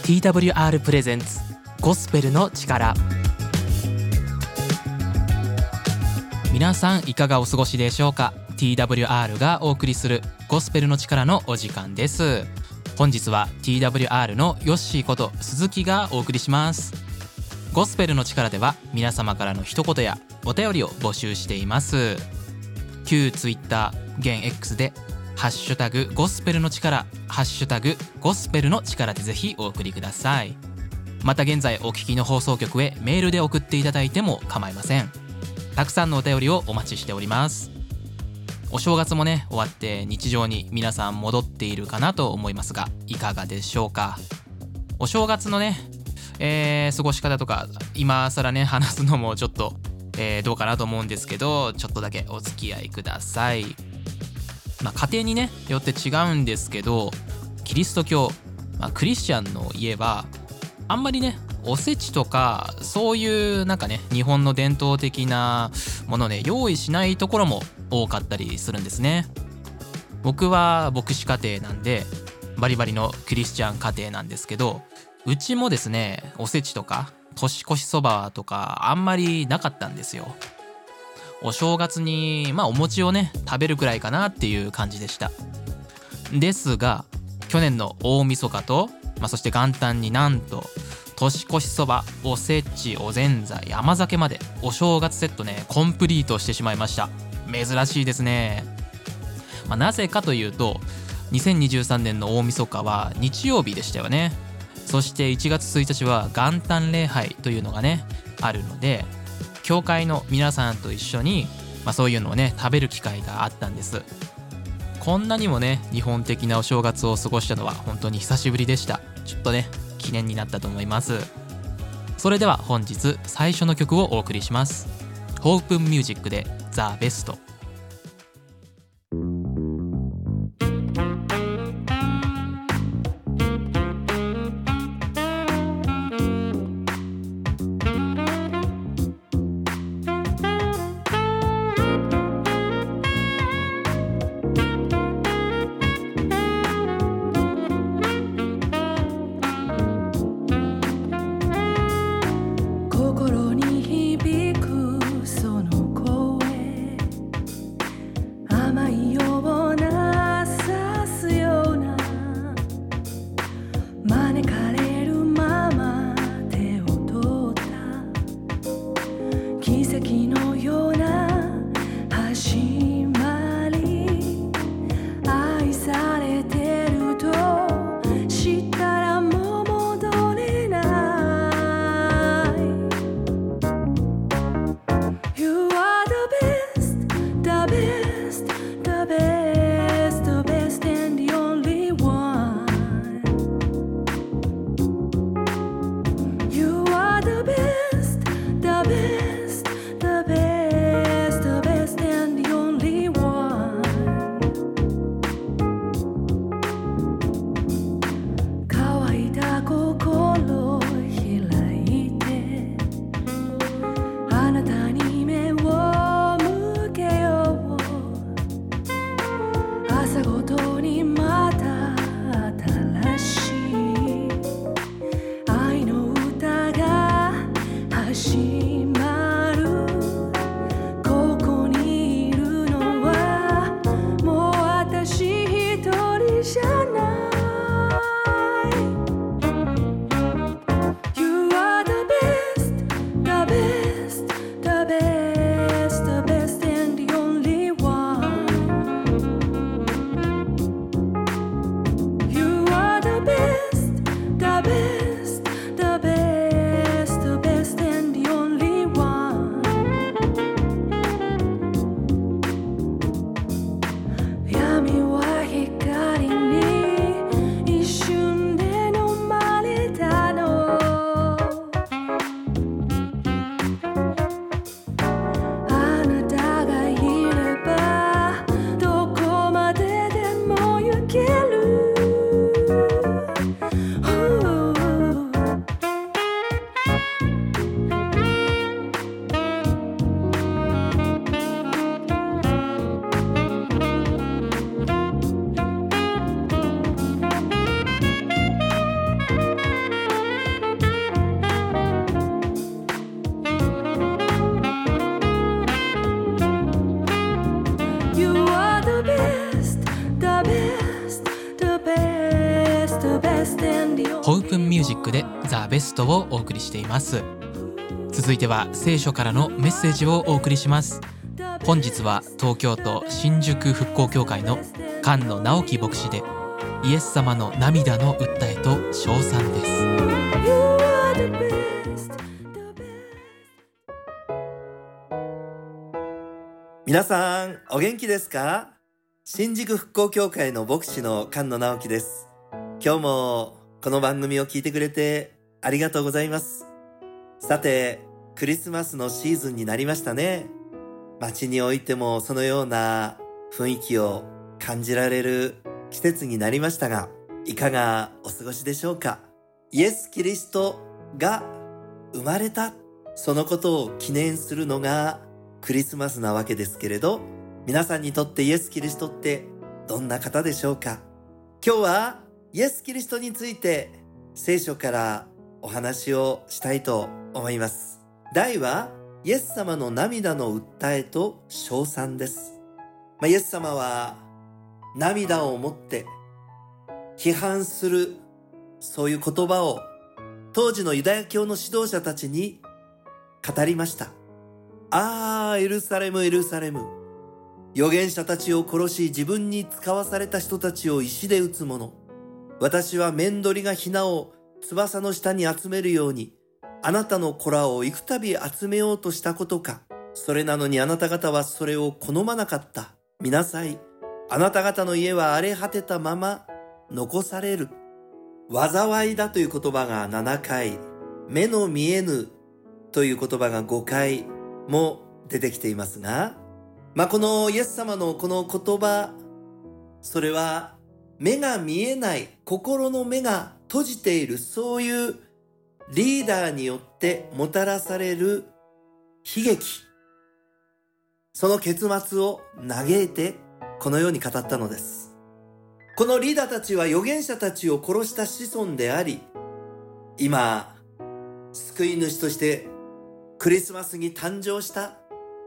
TWR プレゼンツゴスペルの力。皆さんいかがお過ごしでしょうか。 TWR がお送りするゴスペルの力のお時間です。本日は TWR のヨッシーこと鈴木がお送りします。ゴスペルの力では皆様からの一言やお便りを募集しています。旧 Twitter 現 X でハッシュタグゴスペルの力、ハッシュタグゴスペルの力でぜひお送りください。また現在お聞きの放送局へメールで送っていただいても構いません。たくさんのお便りをお待ちしております。お正月もね終わって日常に皆さん戻っているかなと思いますが、いかがでしょうか。お正月のね、過ごし方とか今更ね話すのもちょっと、どうかなと思うんですけど、ちょっとだけお付き合いください。家庭にねよって違うんですけど、キリスト教、クリスチャンの家はあんまりねおせちとかそういうなんかね日本の伝統的なものをね用意しないところも多かったりするんですね。僕は牧師家庭なんでバリバリのクリスチャン家庭なんですけど、うちもですねおせちとか年越しそばとかあんまりなかったんですよ。お正月にお餅をね食べるくらいかなっていう感じでした。ですが去年の大晦日と、そして元旦になんと年越しそば、おせち、おぜんざい、甘酒までお正月セットねコンプリートしてしまいました。珍しいですね。なぜかというと2023年の大晦日は日曜日でしたよね。そして1月1日は元旦礼拝というのがねあるので、教会の皆さんと一緒に、そういうのをね食べる機会があったんです。こんなにもね日本的なお正月を過ごしたのは本当に久しぶりでした。ちょっとね記念になったと思います。それでは本日最初の曲をお送りします。ホープンミュージックでザ・ベスト。 心に響くその声、 ホウプンミュージックでザ・ベストをお送りしています。続いては聖書からのメッセージをお送りします。本日は東京都新宿復興協会の菅野直樹牧師でイエス様の涙の訴えと称賛です。 皆さんお元気ですか？新宿復興協会の牧師の菅野直樹です。今日もこの番組を聞いてくれてありがとうございます。さて、クリスマスのシーズンになりましたね。街においてもそのような雰囲気を感じられる季節になりましたが、いかがお過ごしでしょうか？イエス・キリストが生まれた、そのことを記念するのがクリスマスなわけですけれど、皆さんにとってイエス・キリストってどんな方でしょうか？今日はイエス・キリストについて聖書からお話をしたいと思います。題はイエス様の涙の訴えと称賛です。イエス様は涙を持って批判する、そういう言葉を当時のユダヤ教の指導者たちに語りました。エルサレムエルサレム、預言者たちを殺し自分に使わされた人たちを石で撃つ者。私は面取りが雛を翼の下に集めるようにあなたの子らを幾度集めようとしたことか。それなのにあなた方はそれを好まなかった。見なさい、あなた方の家は荒れ果てたまま残される。災いだという言葉が7回、目の見えぬという言葉が5回も出てきていますが、このイエス様のこの言葉、それは目が見えない、心の目が閉じている、そういうリーダーによってもたらされる悲劇、その結末を嘆いてこのように語ったのです。このリーダーたちは預言者たちを殺した子孫であり、今救い主としてクリスマスに誕生した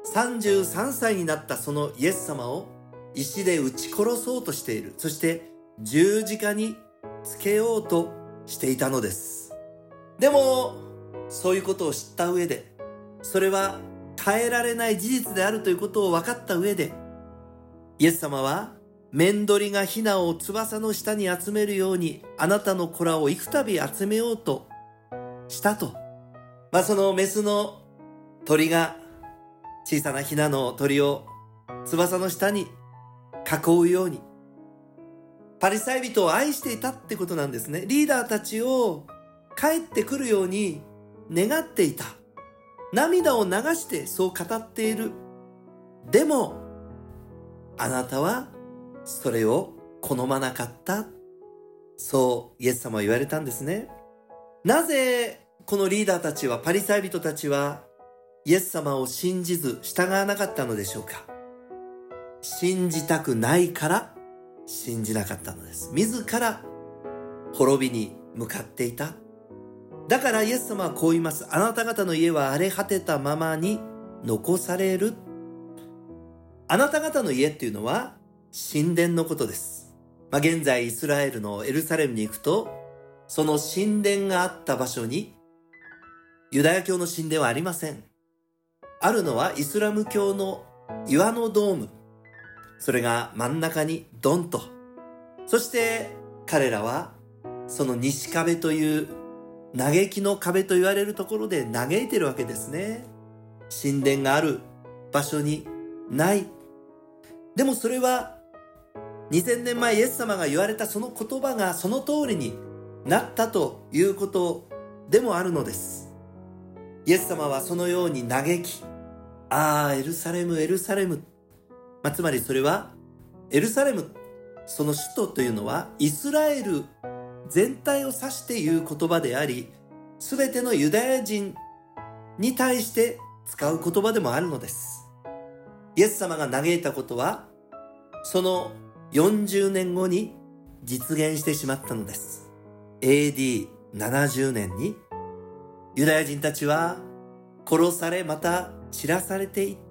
33歳になったそのイエス様を石で撃ち殺そうとしている、そして十字架につけようとしていたのです。でもそういうことを知った上で、それは変えられない事実であるということを分かった上で、イエス様は面取りが雛を翼の下に集めるようにあなたの子らを幾度集めようとしたと。そのメスの鳥が小さな雛の鳥を翼の下に囲うように、パリサイ人を愛していたってことなんですね。リーダーたちを帰ってくるように願っていた。涙を流してそう語っている。でもあなたはそれを好まなかった、そうイエス様は言われたんですね。なぜこのリーダーたちは、パリサイ人たちはイエス様を信じず従わなかったのでしょうか？信じたくないから信じなかったのです。自ら滅びに向かっていた。だからイエス様はこう言います。あなた方の家は荒れ果てたままに残される。あなた方の家っていうのは神殿のことです。現在イスラエルのエルサレムに行くと、その神殿があった場所にユダヤ教の神殿はありません。あるのはイスラム教の岩のドーム、それが真ん中にドンと。そして彼らはその西壁という嘆きの壁と言われるところで嘆いてるわけですね。神殿がある場所にない。でもそれは2000年前イエス様が言われたその言葉がその通りになったということでもあるのです。イエス様はそのように嘆き、エルサレムエルサレム、つまりそれはエルサレム、その首都というのはイスラエル全体を指して言う言葉であり、すべてのユダヤ人に対して使う言葉でもあるのです。イエス様が嘆いたことはその40年後に実現してしまったのです。 AD70 年にユダヤ人たちは殺され、また散らされていった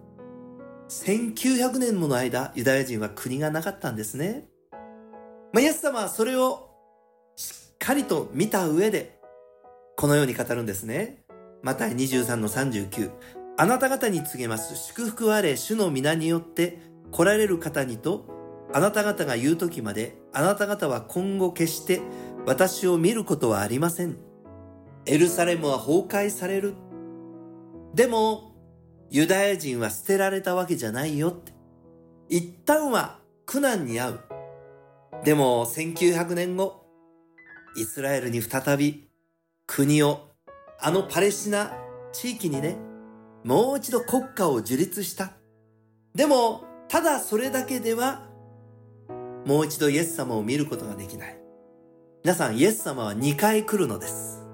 。1900年もの間ユダヤ人は国がなかったんですね。イエス様はそれをしっかりと見た上で、このように語るんですね。マタイ23の39。あなた方に告げます。祝福あれ、主の皆によって来られる方にと、あなた方が言う時まで、あなた方は今後決して私を見ることはありません。エルサレムは崩壊される。でも、ユダヤ人は捨てられたわけじゃないよって。一旦は苦難に遭う。でも、1900年後、イスラエルに再び国を、あのパレスチナ地域にね、もう一度国家を樹立した。でも、ただそれだけでは、もう一度イエス様を見ることができない。皆さん、イエス様は2回来るのです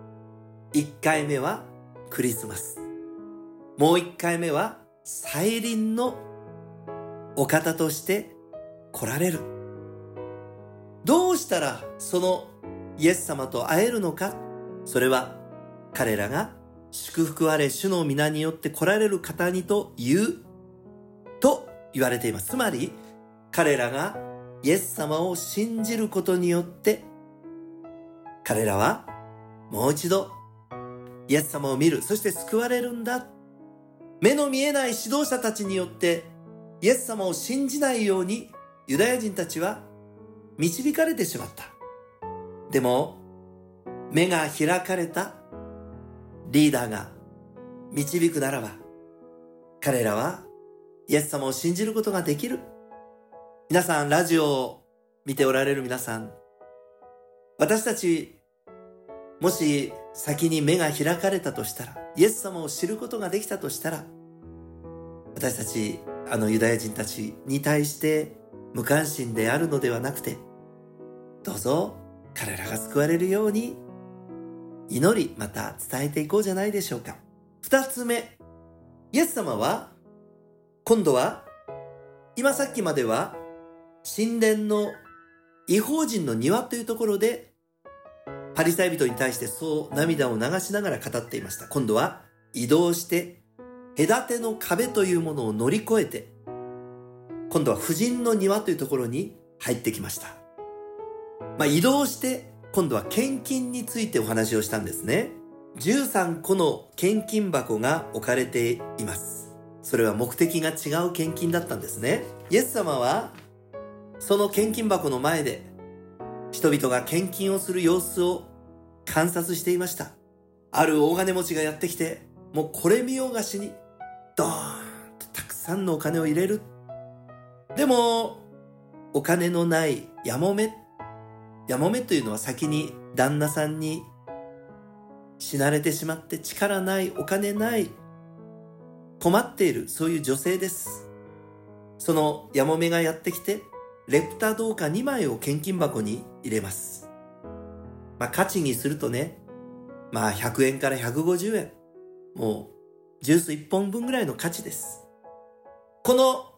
。1回目はクリスマス。もう1回目は再臨のお方として来られる。どうしたらそのイエス様と会えるのか。それは彼らが祝福あれ主の皆によって来られる方にと言うと言われています。つまり彼らがイエス様を信じることによって彼らはもう一度イエス様を見る、そして救われるんだ。目の見えない指導者たちによってイエス様を信じないようにユダヤ人たちは導かれてしまった。でも目が開かれたリーダーが導くならば、彼らはイエス様を信じることができる。皆さん、ラジオを見ておられる皆さん、私たちもし先に目が開かれたとしたら、イエス様を知ることができたとしたら、私たちユダヤ人たちに対して無関心であるのではなくて、どうぞ彼らが救われるように祈り、また伝えていこうじゃないでしょうか。2つ目、イエス様は今度は今さっきまでは神殿の異邦人の庭というところでパリサイ人に対してそう涙を流しながら語っていました。今度は移動して隔ての壁というものを乗り越えて、今度は婦人の庭というところに入ってきました。移動して今度は献金についてお話をしたんですね。13個の献金箱が置かれています。それは目的が違う献金だったんですね。イエス様はその献金箱の前で人々が献金をする様子を観察していました。ある大金持ちがやってきて、もうこれ見ようがしにドーンとたくさんのお金を入れる。でもお金のないやもめというのは先に旦那さんに死なれてしまって力ない、お金ない、困っている、そういう女性です。そのやもめがやってきてレプタ銅貨2枚を献金箱に入れます。価値にするとね、100円から150円。もうジュース1本分ぐらいの価値です。この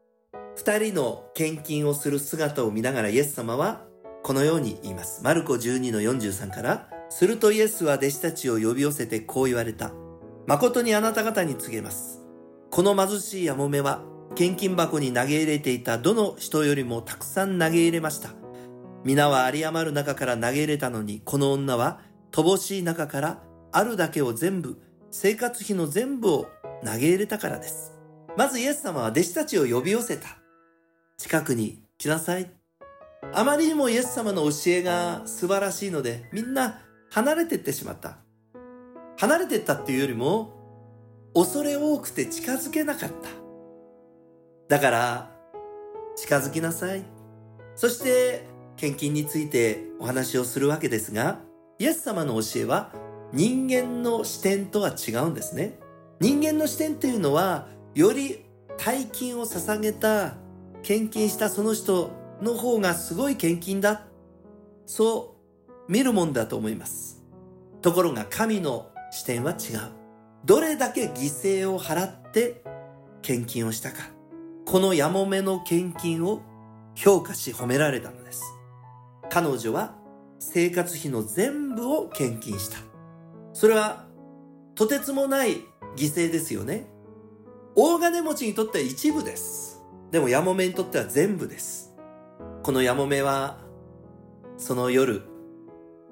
2人の献金をする姿を見ながらイエス様はこのように言います。マルコ12の43から、するとイエスは弟子たちを呼び寄せてこう言われた。誠にあなた方に告げます。この貧しいやもめは献金箱に投げ入れていたどの人よりもたくさん投げ入れました。皆は有り余る中から投げ入れたのに、この女は乏しい中からあるだけを全部、生活費の全部を投げ入れたからです。まずイエス様は弟子たちを呼び寄せた。近くに来なさい。あまりにもイエス様の教えが素晴らしいので、みんな離れていってしまった。離れていったっていうよりも、恐れ多くて近づけなかった。だから近づきなさい。そして献金についてお話をするわけですが、イエス様の教えは人間の視点とは違うんですね。人間の視点というのは、より大金を捧げた、献金したその人の方がすごい献金だ、そう見るもんだと思います。ところが神の視点は違う。どれだけ犠牲を払って献金をしたか、このやもめの献金を評価し褒められたのです。彼女は生活費の全部を献金した。それはとてつもない犠牲ですよね。大金持ちにとっては一部です。でもやもめにとっては全部です。このやもめはその夜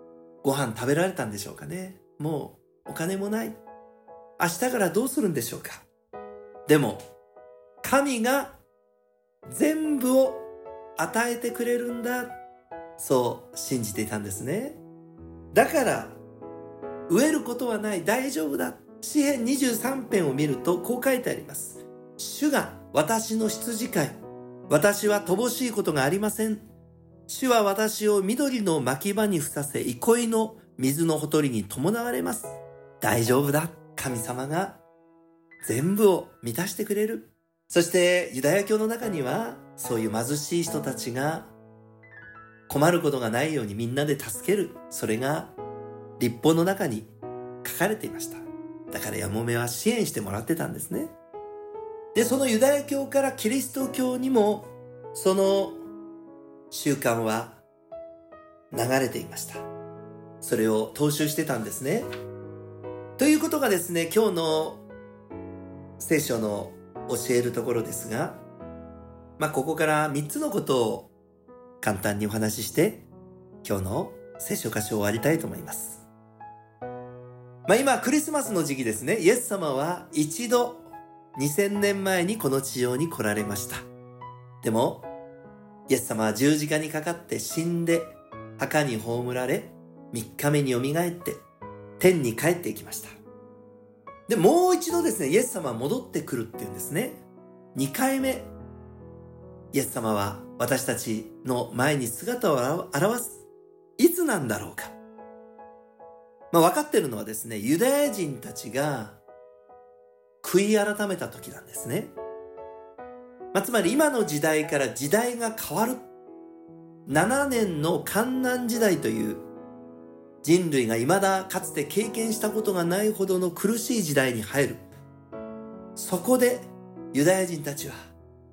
ご飯食べられたんでしょうかね。もうお金もない。明日からどうするんでしょうか。でも神が全部を与えてくれるんだ、そう信じていたんですね。だから飢えることはない、大丈夫だ。詩編23編を見るとこう書いてあります。主が私の羊飼い、私は乏しいことがありません。主は私を緑の牧場にふさせ、憩いの水のほとりに伴われます。大丈夫だ。神様が全部を満たしてくれる。そしてユダヤ教の中にはそういう貧しい人たちが困ることがないようにみんなで助ける、それが律法の中に書かれていました。だからやもめは支援してもらってたんですね。で、そのユダヤ教からキリスト教にもその習慣は流れていました。それを踏襲してたんですね。ということがですね、今日の聖書の教えるところですが、ここから3つのことを簡単にお話しして今日の聖書箇所を終わりたいと思います。今クリスマスの時期ですね。イエス様は一度2000年前にこの地上に来られました。でもイエス様は十字架にかかって死んで墓に葬られ、3日目によみがえって天に帰っていきました。で、もう一度ですね、イエス様は戻ってくるっていうんですね。2回目イエス様は私たちの前に姿を現す。いつなんだろうか。分かってるのはですね、ユダヤ人たちが悔い改めた時なんですね。つまり今の時代から時代が変わる。7年の患難時代という人類が未だかつて経験したことがないほどの苦しい時代に入る。そこでユダヤ人たちは、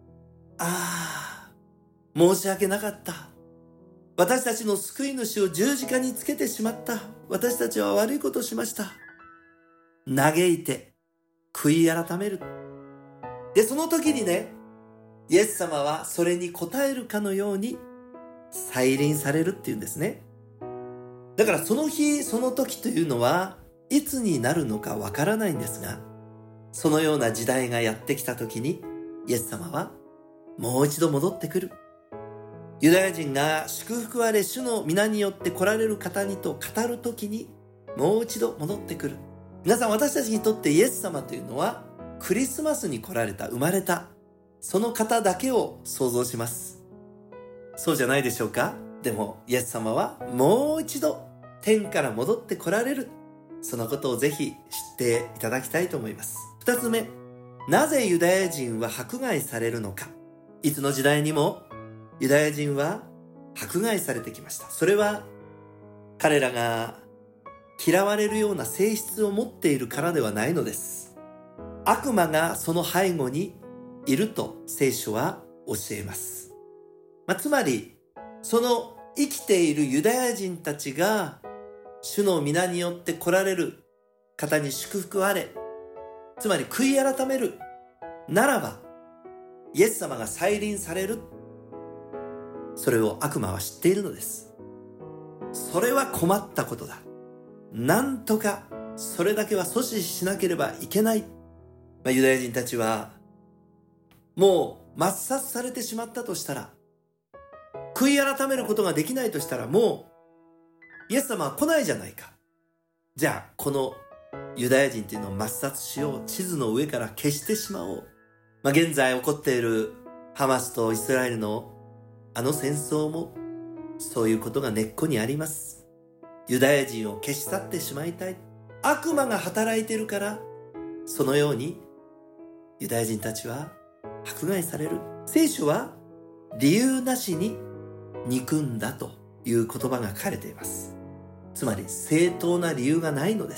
申し訳なかった。私たちの救い主を十字架につけてしまった。私たちは悪いことをしました。嘆いて悔い改める。で、その時にね、イエス様はそれに応えるかのように再臨されるっていうんですね。だからその日その時というのはいつになるのかわからないんですが、そのような時代がやってきた時にイエス様はもう一度戻ってくる。ユダヤ人が祝福あれ主の皆によって来られる方にと語る時にもう一度戻ってくる。皆さん、私たちにとってイエス様というのはクリスマスに来られた、生まれたその方だけを想像します。そうじゃないでしょうか。でもイエス様はもう一度天から戻って来られる。そのことをぜひ知っていただきたいと思います。二つ目、なぜユダヤ人は迫害されるのか。いつの時代にもユダヤ人は迫害されてきました。それは彼らが嫌われるような性質を持っているからではないのです。悪魔がその背後にいると聖書は教えます。つまりその生きているユダヤ人たちが主の皆によって来られる方に祝福あれ、つまり悔い改めるならばイエス様が再臨される。それを悪魔は知っているのです。それは困ったことだ。なんとかそれだけは阻止しなければいけない。ユダヤ人たちはもう抹殺されてしまったとしたら、悔い改めることができないとしたら、もうイエス様は来ないじゃないか。じゃあこのユダヤ人というのを抹殺しよう。地図の上から消してしまおう。現在起こっているハマスとイスラエルのあの戦争もそういうことが根っこにあります。ユダヤ人を消し去ってしまいたい。悪魔が働いているから、そのようにユダヤ人たちは迫害される。聖書は理由なしに憎んだという言葉が書かれています。つまり正当な理由がないのです。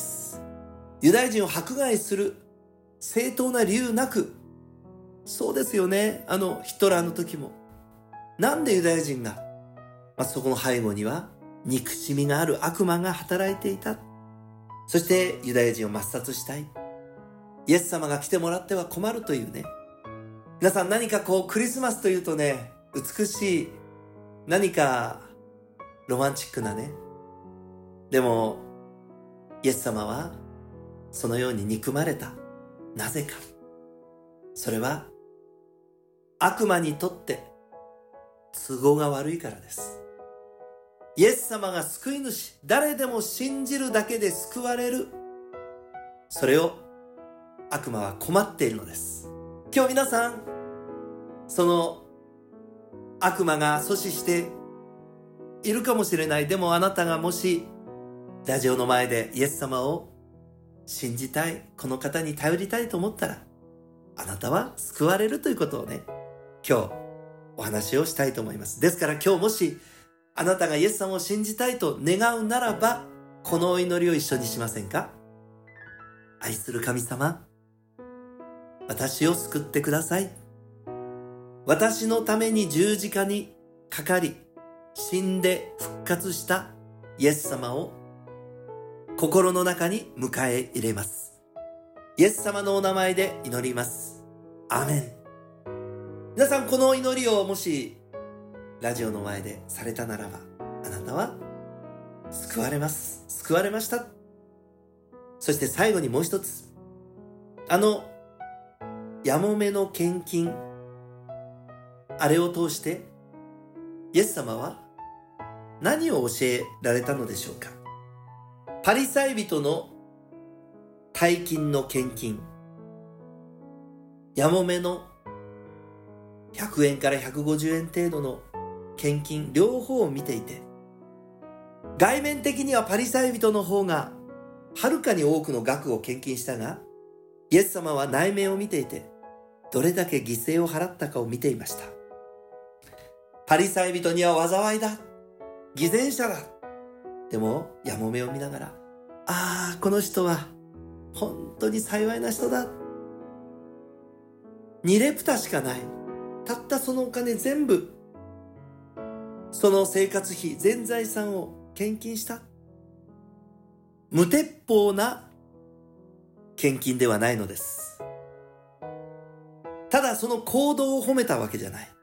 ユダヤ人を迫害する正当な理由なく、そうですよね。ヒトラーの時もなんでユダヤ人が、そこの背後には憎しみがある悪魔が働いていた。そしてユダヤ人を抹殺したい。イエス様が来てもらっては困るというね。皆さん、何かクリスマスというとね、美しい、何かロマンチックなね、 でもイエス様はそのように憎まれた。なぜか。それは悪魔にとって都合が悪いからです。イエス様が救い主、誰でも信じるだけで救われる。それを悪魔は困っているのです。今日皆さん、その悪魔が阻止しているかもしれない。でもあなたがもしラジオの前でイエス様を信じたい、この方に頼りたいと思ったら、あなたは救われるということをね、今日お話をしたいと思います。ですから今日もしあなたがイエス様を信じたいと願うならば、このお祈りを一緒にしませんか？愛する神様、私を救ってください。私のために十字架にかかり、死んで復活したイエス様を心の中に迎え入れます。イエス様のお名前で祈ります。アーメン。皆さん、この祈りをもしラジオの前でされたならば、あなたは救われます。救われました。そして最後にもう一つ、やもめの献金、あれを通してイエス様は何を教えられたのでしょうか。パリサイ人の大金の献金、やもめの100円から150円程度の献金、両方を見ていて、外面的にはパリサイ人の方がはるかに多くの額を献金したが、イエス様は内面を見ていて、どれだけ犠牲を払ったかを見ていました。パリサイ人には災いだ、偽善者だ。でもやもめを見ながら、この人は本当に幸いな人だ。2レプタしかない。たったそのお金全部、その生活費、全財産を献金した。無鉄砲な献金ではないのです。ただその行動を褒めたわけじゃない。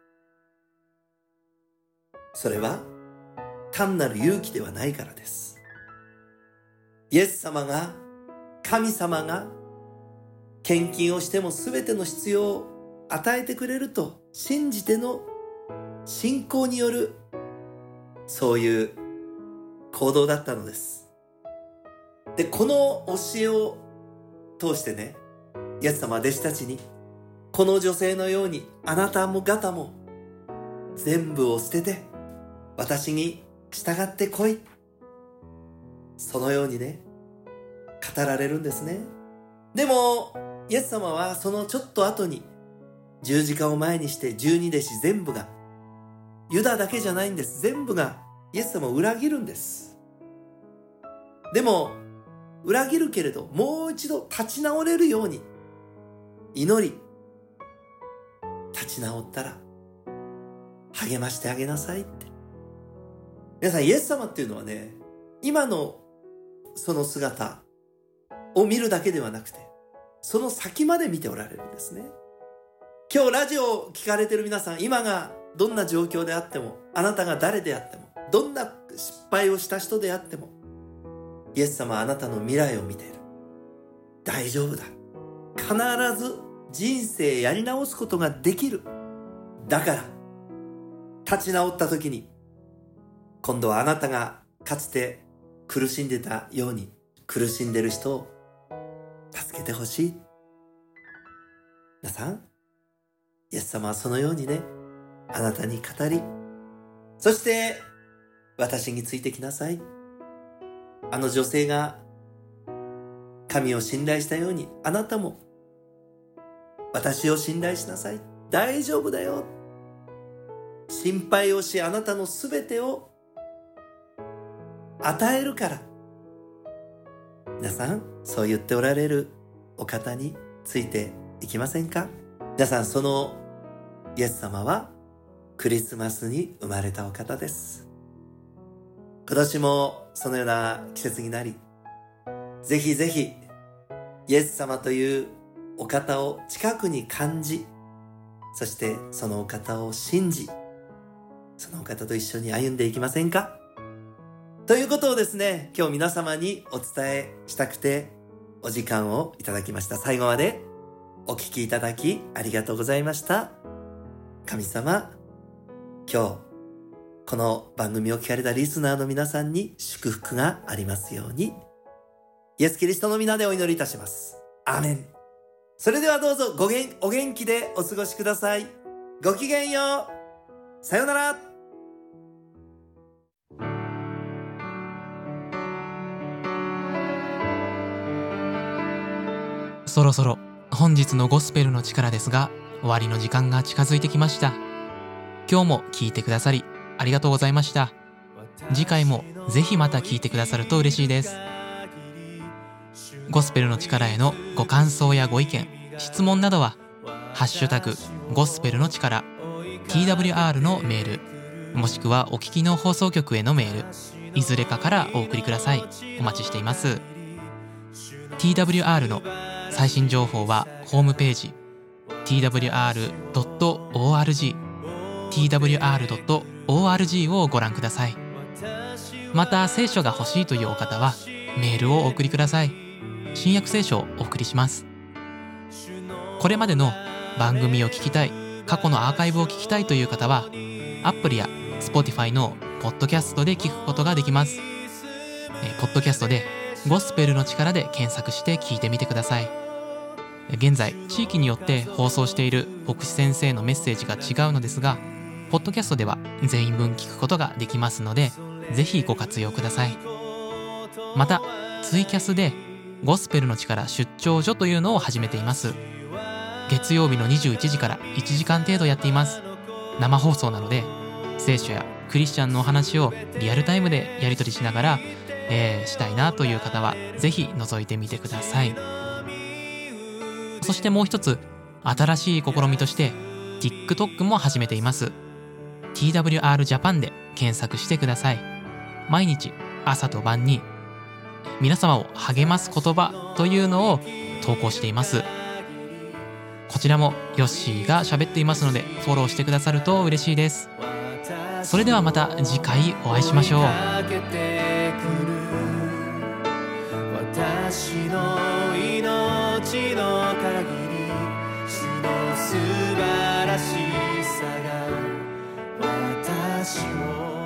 それは単なる勇気ではないからです。イエス様が、神様が献金をしても全ての必要を与えてくれると信じての信仰による、そういう行動だったのです。で、この教えを通してね、イエス様は弟子たちに、この女性のようにあなたも方も全部を捨てて私に従ってこい、そのようにね、語られるんですね。でもイエス様はそのちょっと後に十字架を前にして12弟子全部が、ユダだけじゃないんです、全部がイエス様を裏切るんです。でも裏切るけれど、もう一度立ち直れるように祈り、立ち直ったら励ましてあげなさいって。皆さん、イエス様っていうのはね、今のその姿を見るだけではなくて、その先まで見ておられるんですね。今日ラジオを聞かれている皆さん、今がどんな状況であっても、あなたが誰であっても、どんな失敗をした人であっても、イエス様はあなたの未来を見ている。大丈夫だ。必ず人生やり直すことができる。だから立ち直った時に、今度はあなたがかつて苦しんでたように、苦しんでる人を助けてほしい。皆さん、イエス様はそのようにね、あなたに語り、そして私についてきなさい。あの女性が神を信頼したように、あなたも私を信頼しなさい。大丈夫だよ。心配をし、あなたのすべてを与えるから。皆さん、そう言っておられるお方についていきませんか？皆さん、そのイエス様はクリスマスに生まれたお方です。今年もそのような季節になり、ぜひぜひイエス様というお方を近くに感じ、そしてそのお方を信じ、そのお方と一緒に歩んでいきませんか？ ということをですね、今日皆様にお伝えしたくてお時間をいただきました。最後までお聞きいただきありがとうございました。神様、今日この番組を聞かれたリスナーの皆さんに祝福がありますように、イエス・キリストの皆でお祈りいたします。アーメン。それではどうぞお元気でお過ごしください。ごきげんよう。さようなら。 そろそろ本日のゴスペルの力ですが、終わりの時間が近づいてきました。今日も聞いてくださりありがとうございました。次回もぜひまた聞いてくださると嬉しいです。ゴスペルの力へのご感想やご意見、質問などはハッシュタグゴスペルの力 TWR のメール、もしくはお聞きの放送局へのメール、いずれかからお送りください。お待ちしています。 TWR の最新情報はホームページ twr.org twr.org をご覧ください。また聖書が欲しいというお方はメールをお送りください。新約聖書をお送りします。これまでの番組を聞きたい、過去のアーカイブを聞きたいという方はアップルや Spotify のポッドキャストで聞くことができます。ポッドキャストでゴスペルの力で検索して聞いてみてください。現在地域によって放送している牧師先生のメッセージが違うのですが、ポッドキャストでは全員分聞くことができますので、ぜひご活用ください。またツイキャスでゴスペルの力出張所というのを始めています。月曜日の21時から1時間程度やっています。生放送なので聖書やクリスチャンのお話をリアルタイムでやり取りしながら、したいなという方はぜひ覗いてみてください。そしてもう一つ新しい試みとして TikTok も始めています。 TWR ジャパンで検索してください。毎日朝と晩に皆様を励ます言葉というのを投稿しています。こちらもヨッシーが喋っていますのでフォローしてくださると嬉しいです。それではまた次回お会いしましょう。私の命の限り主の素晴らしさが私を